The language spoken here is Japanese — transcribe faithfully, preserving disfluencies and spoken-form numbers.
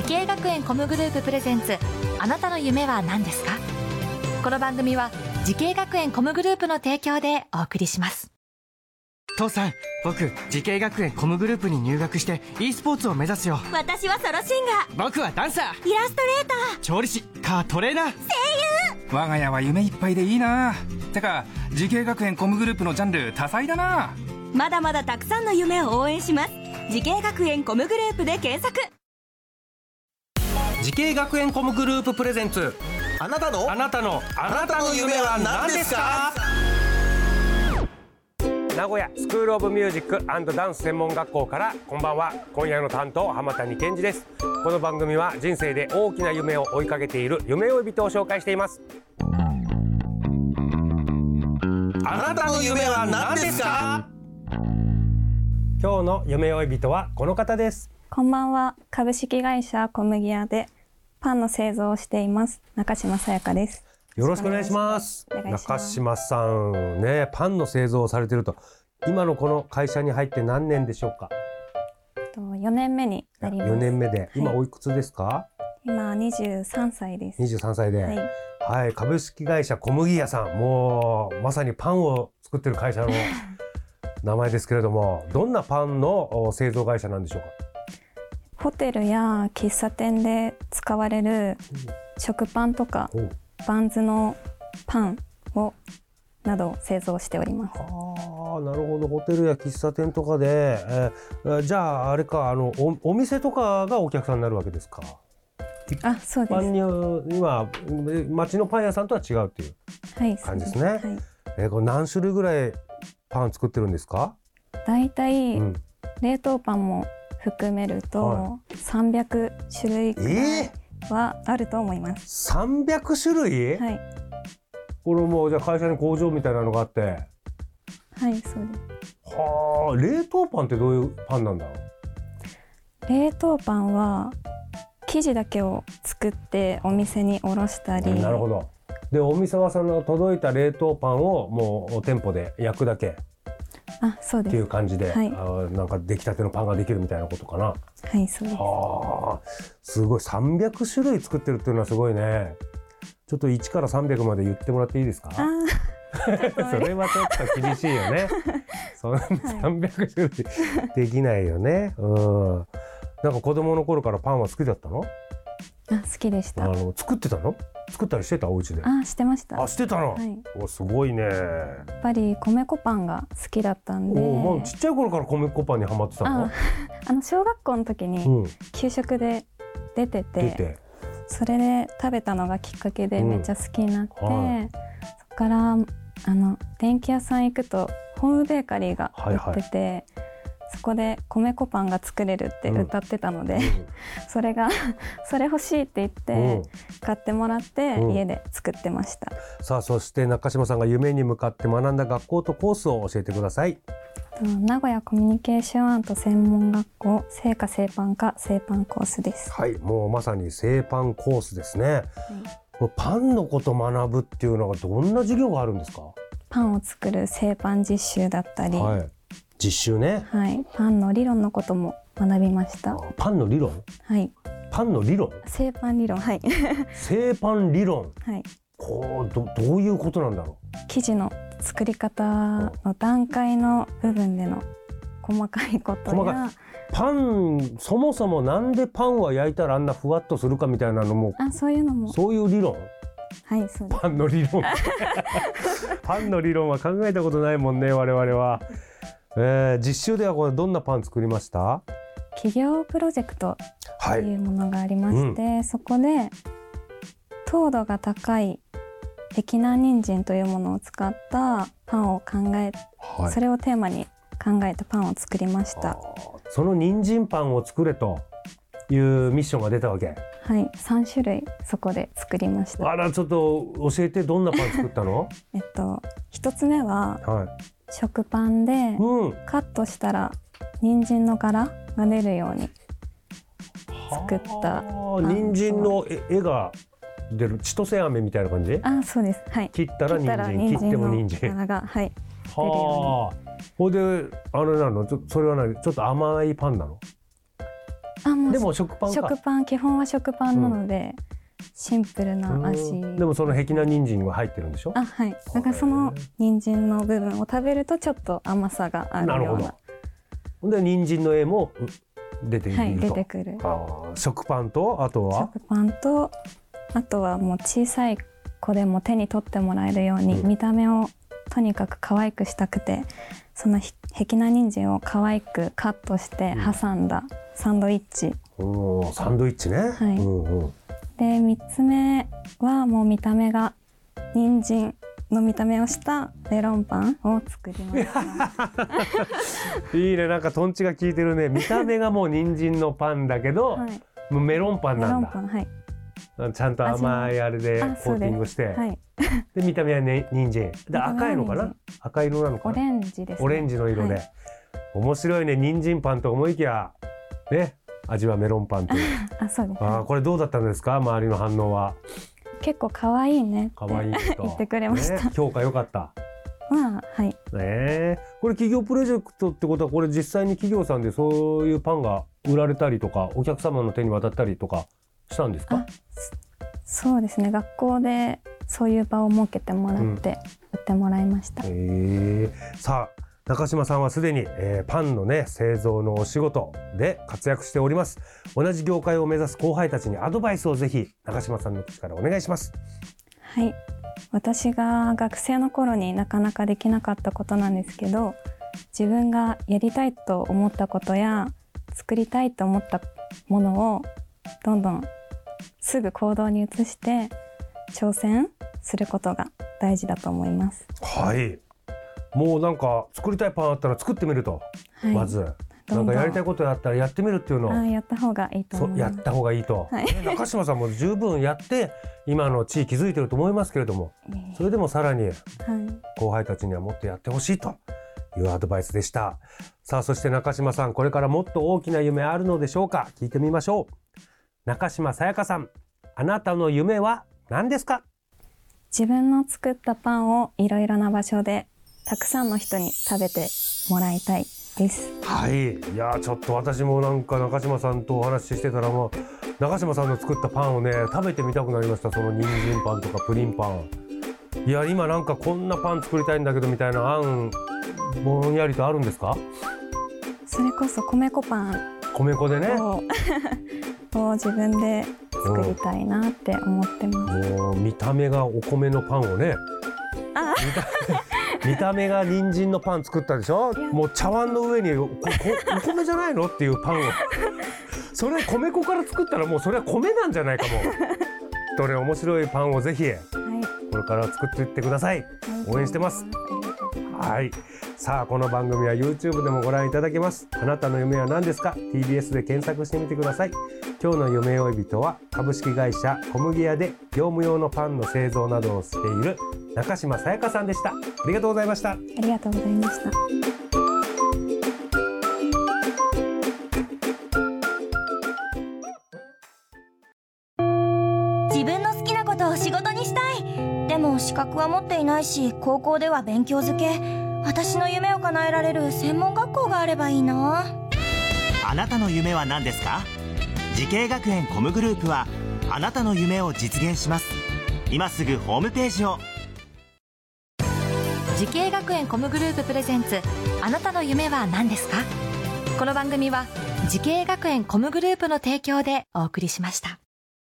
時系学園コムグループプレゼンツ、あなたの夢は何ですか？この番組は時系学園コムグループの提供でお送りします。 父さん、僕時系学園コムグループに入学して e スポーツを目指すよ。 私はソロシンガー、 僕はダンサー、 イラストレーター、 調理師、カートレーナー、声優。我が家は夢いっぱいでいいな。てか時系学園コムグループのジャンル多彩だな。 まだまだたくさんの夢を応援します。時系学園コムグループで検索。 時系学園コムグループプレゼンツ、あなたのあなたのあなたの夢は何ですか？ 名古屋スクールオブミュージック&ダンス専門学校からこんばんは。今夜の担当浜谷健二です。この番組は人生で大きな夢を追いかけている夢追い人を紹介しています。 あなたの夢は何ですか？ 今日の夢追い人はこの方です。 こんばんは。株式会社小麦屋でパンの製造をしています中島さやかです。 よろしくお願いします。中島さんね、パンの製造をされていると。今のこの会社に入って何年でしょうか？ よねんめになります。 よねんめで、今はい、 おいくつですか？ 今にじゅうさんさいです。 にじゅうさんさいで、 はい、 はい、株式会社小麦屋さん、もうまさにパンを作ってる会社の名前ですけれども、どんなパンの製造会社なんでしょうか？ ホテルや喫茶店で使われる食パンとかバンズのパンをなどを製造しております。 ああ、なるほど。ホテルや喫茶店とかで、えー、じゃああれか、あの お, お店とかがお客さんになるわけですか？ あ、そうです。 パンには町のパン屋さんとは違うっていう感じですね。はい、はい、えー、これ何種類ぐらいパン作ってるんですか？ だいたい冷凍パンも含めるとさんびゃくしゅるいくらいはあると思います。 さんびゃくしゅるい？はい。これもうじゃあ会社に工場みたいなのがあって。はい、 そうです。 はあ、冷凍パンってどういうパンなんだろう？冷凍パンは生地だけを作ってお店に卸したり。 なるほど。でお店はその届いた冷凍パンをもう店舗で焼くだけ。 あ、そうです。 っていう感じで、はい、あ、なんか出来たてのパンができるみたいなことかな。 はい、そうです。 はあ、すごい。さんびゃくしゅるい作ってるっていうのはすごいね。ちょっといちからさんびゃくまで言ってもらっていいですか？あそれはちょっと厳しいよね。そんなさんびゃくしゅるいできないよね。うん。なんか子供の頃からパンは好きだったの？ あ、好きでした。 あの作ってたの？作ったりしてた？お家で。 あ、してました。 あ、してたの。はい、お、すごいね。 やっぱり米粉パンが好きだったんで。 お、もうちっちゃい頃から米粉パンにハマってたの？ あ、あの小学校の時に給食で出てて、うん、出てそれで食べたのがきっかけでめっちゃ好きになって、うん、はい、そこからあの電気屋さん行くとホームベーカリーが売ってて、はいはい、そこで米粉パンが作れるって歌ってたので、うん、それがそれ欲しいって言って、うん、買ってもらって家で作ってました。 うん、さあ、そして中島さんが夢に向かって学んだ学校とコースを教えてください。 名古屋コミュニケーションアート専門学校製菓製パン科製パンコースです。 はい、もうまさに製パンコースですね。はい、パンのこと学ぶっていうのはどんな授業があるんですか？ パンを作る製パン実習だったり、はい、 実習ね。 はい、パンの理論のことも学びました。 パンの理論？はい。パンの理論？ 製パン理論、はい。 製パン理論。 はい。 こう ど, どういうことなんだろう？ 生地の作り方の段階の部分での細かいことや、 パンそもそもなんでパンは焼いたらあんなふわっとするかみたいなのも、 あ、そういうのも、 そういう理論？ はい、そうです。 パンの理論パンの理論は考えたことないもんね、我々は。えー、実習ではこれどんなパン作りました？ 企業プロジェクトというものがありまして、はい、うん、そこで糖度が高い碧南人参というものを使ったパンを考え、はい、それをテーマに考えたパンを作りました。 その人参パンを作れというミッションが出たわけ？ はい、さんしゅるいそこで作りました。 あら、ちょっと教えて、どんなパン作ったの？ えっとひとつめは、はい、食パンで、うん、カットしたら人参の柄が出るように作ったパン。 人参の絵が出る千歳飴みたいな感じ？ あ、そうです。はい。 切ったら人参、切っても人参。 柄が、はい。 はあ。ほいで、あれなの、それは何、ちょっと甘いパンなの？ あ、もうでも食パンか。 食パン、基本は食パンなので、うん、シンプルな味。 でもその碧南人参が入ってるんでしょ。 あ、はい。だからその人参の部分を食べるとちょっと甘さがあるような。なるほど。で人参の絵も出ていると。 はい、出てくる。 あ、食パンとあとは。 食パンとあとはもう小さい子でも手に取ってもらえるように、うん、見た目をとにかく可愛くしたくて、その碧南人参を可愛くカットして挟んだサンドイッチ。 うん、おサンドイッチね。はい。うんうん、 でみっつめはもう見た目が人参の見た目をしたメロンパンを作りました。 いいね、なんかトンチが効いてるね。見た目がもう人参のパンだけど、はい、もうメロンパンなんだ。メロンパン、はい。ちゃんと甘いあれでコーティングして、はい、で見た目はね人参で赤いのかな、赤色なのかな、 オレンジですね。 オレンジの色で、はい、面白いね。人参パンと思いきやね、味はメロンパンという。 あ、そうです、ね。 あ、これどうだったんですか、周りの反応は。 結構可愛いねって言ってくれました。 ね、評価良かった。 まあ、はい。 ね、これ企業プロジェクトってことは、これ実際に企業さんでそういうパンが売られたりとか、お客様の手に渡ったりとかしたんですか。 そうですね、学校でそういう場を設けてもらって売ってもらいました。 うん、へー。さあ中島さんはすでに、えー、パンのね製造のお仕事で活躍しております。同じ業界を目指す後輩たちにアドバイスをぜひ中島さんの口からお願いします。 はい、私が学生の頃になかなかできなかったことなんですけど、自分がやりたいと思ったことや作りたいと思ったものをどんどんすぐ行動に移して挑戦することが大事だと思います。 はい、もうなんか作りたいパンあったら作ってみると、はい、まずなんかやりたいことあったらやってみるっていうのをあやった方がいいと思います。 やった方がいいと、はい、中島さんも十分やって今の地位築いてると思いますけれども、それでもさらに後輩たちにはもっとやってほしいというアドバイスでした。さあそして中島さん、これからもっと大きな夢あるのでしょうか。聞いてみましょう。中島さやかさん、あなたの夢は何ですか。 自分の作ったパンをいろいろな場所でたくさんの人に食べてもらいたいです。 はい、いやちょっと私もなんか中島さんとお話ししてたら、もう中島さんの作ったパンをね食べてみたくなりました。その人参パンとかプリンパン、いや今なんかこんなパン作りたいんだけどみたいな案ぼんやりとあるんですか。 それこそ米粉パン、 米粉でねを自分で作りたいなって思ってます。 もう見た目がお米のパンをね、 あ見た、見た目が人参のパン作ったでしょ。もう茶碗の上にここお米じゃないのっていうパンをそれ米粉から作ったらもうそれは米なんじゃないかも。どれ面白いパンをぜひ、はい、これから作っていってください。応援してます。はい、さあこの番組は YouTube でもご覧いただけます。あなたの夢は何ですか。 ティービーエス で検索してみてください。今日の夢追い人は株式会社小麦屋で業務用のパンの製造などをしている中島さやかさんでした。ありがとうございました。 ありがとうございました。 自分の好きなことを仕事にしたい。でも資格は持っていないし、高校では勉強づけ。私の夢を叶えられる専門学校があればいいな。 あなたの夢は何ですか。時系学園コムグループはあなたの夢を実現します。今すぐホームページを。 時系学園コムグループプレゼンツ、あなたの夢は何ですか。この番組は時系学園コムグループの提供でお送りしました。